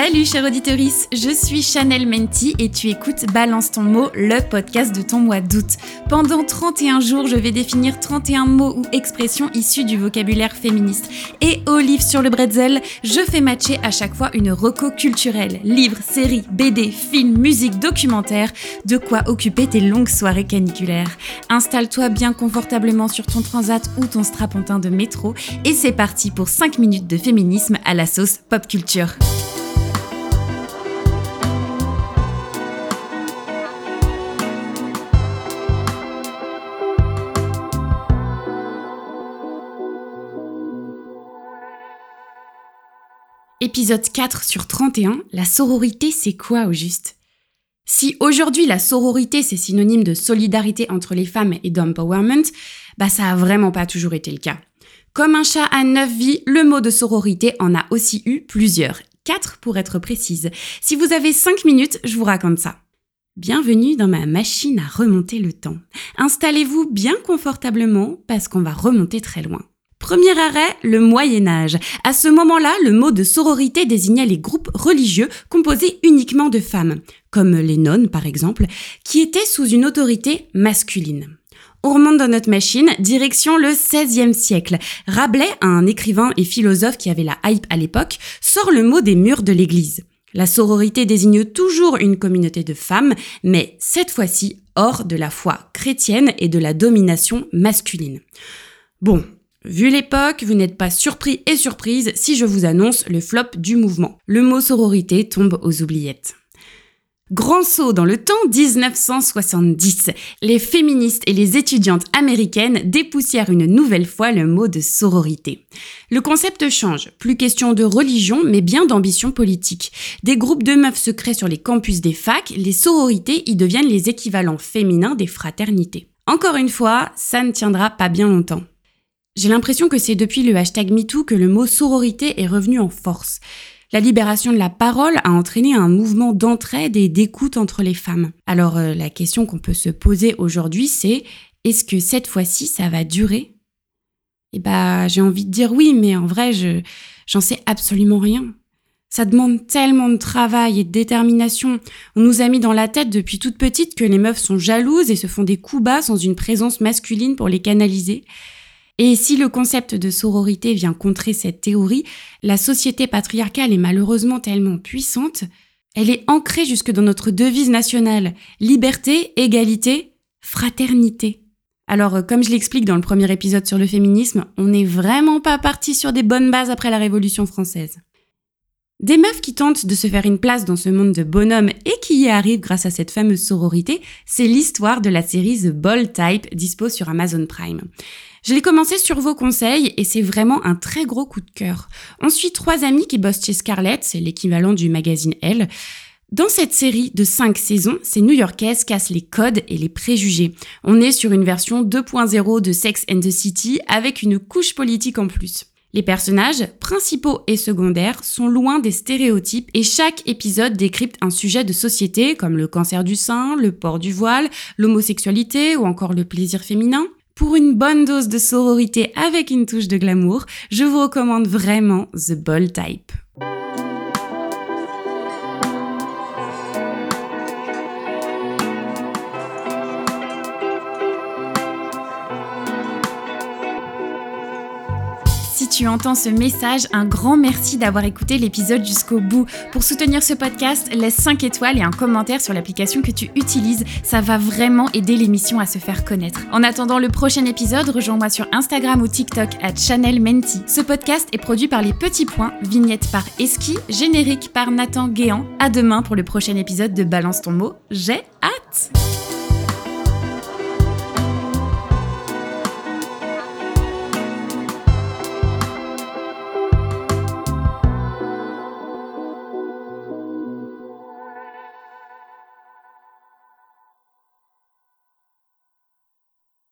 Salut chère auditorice, je suis Chanel Menti et tu écoutes Balance ton mot, le podcast de ton mois d'août. Pendant 31 jours, je vais définir 31 mots ou expressions issus du vocabulaire féministe. Et au livre sur le bretzel, je fais matcher à chaque fois une reco culturelle. Livres, séries, BD, films, musique, documentaire, de quoi occuper tes longues soirées caniculaires. Installe-toi bien confortablement sur ton transat ou ton strapontin de métro et c'est parti pour 5 minutes de féminisme à la sauce pop culture. Épisode 4 sur 31, la sororité c'est quoi au juste ? Si aujourd'hui la sororité c'est synonyme de solidarité entre les femmes et d'empowerment, ça a vraiment pas toujours été le cas. Comme un chat à 9 vies, le mot de sororité en a aussi eu plusieurs, 4 pour être précise. Si vous avez 5 minutes, je vous raconte ça. Bienvenue dans ma machine à remonter le temps. Installez-vous bien confortablement parce qu'on va remonter très loin. Premier arrêt, le Moyen-Âge. À ce moment-là, le mot de sororité désignait les groupes religieux composés uniquement de femmes, comme les nonnes par exemple, qui étaient sous une autorité masculine. On remonte dans notre machine, direction le XVIe siècle. Rabelais, un écrivain et philosophe qui avait la hype à l'époque, sort le mot des murs de l'église. La sororité désigne toujours une communauté de femmes, mais cette fois-ci hors de la foi chrétienne et de la domination masculine. Bon. Vu l'époque, vous n'êtes pas surpris et surprise si je vous annonce le flop du mouvement. Le mot sororité tombe aux oubliettes. Grand saut dans le temps, 1970. Les féministes et les étudiantes américaines dépoussièrent une nouvelle fois le mot de sororité. Le concept change, plus question de religion mais bien d'ambition politique. Des groupes de meufs se créent sur les campus des facs, les sororités y deviennent les équivalents féminins des fraternités. Encore une fois, ça ne tiendra pas bien longtemps. J'ai l'impression que c'est depuis le hashtag MeToo que le mot sororité est revenu en force. La libération de la parole a entraîné un mouvement d'entraide et d'écoute entre les femmes. Alors la question qu'on peut se poser aujourd'hui c'est, est-ce que cette fois-ci ça va durer ? J'ai envie de dire oui, mais en vrai j'en sais absolument rien. Ça demande tellement de travail et de détermination. On nous a mis dans la tête depuis toute petite que les meufs sont jalouses et se font des coups bas sans une présence masculine pour les canaliser. Et si le concept de sororité vient contrer cette théorie, la société patriarcale est malheureusement tellement puissante, elle est ancrée jusque dans notre devise nationale, liberté, égalité, fraternité. Alors, comme je l'explique dans le premier épisode sur le féminisme, on n'est vraiment pas parti sur des bonnes bases après la Révolution française. Des meufs qui tentent de se faire une place dans ce monde de bonhommes et qui y arrivent grâce à cette fameuse sororité, c'est l'histoire de la série The Bold Type, dispo sur Amazon Prime. Je l'ai commencé sur vos conseils et c'est vraiment un très gros coup de cœur. On suit 3 amies qui bossent chez Scarlett, c'est l'équivalent du magazine Elle. Dans cette série de 5 saisons, ces New-Yorkaises cassent les codes et les préjugés. On est sur une version 2.0 de Sex and the City avec une couche politique en plus. Les personnages, principaux et secondaires, sont loin des stéréotypes et chaque épisode décrypte un sujet de société comme le cancer du sein, le port du voile, l'homosexualité ou encore le plaisir féminin. Pour une bonne dose de sororité avec une touche de glamour, je vous recommande vraiment The Bold Type. Si tu entends ce message, un grand merci d'avoir écouté l'épisode jusqu'au bout. Pour soutenir ce podcast, laisse 5 étoiles et un commentaire sur l'application que tu utilises. Ça va vraiment aider l'émission à se faire connaître. En attendant le prochain épisode, rejoins-moi sur Instagram ou TikTok @ChanelMenti. Ce podcast est produit par Les Petits Points, vignette par Eski, générique par Nathan Guéant. À demain pour le prochain épisode de Balance ton mot. J'ai hâte!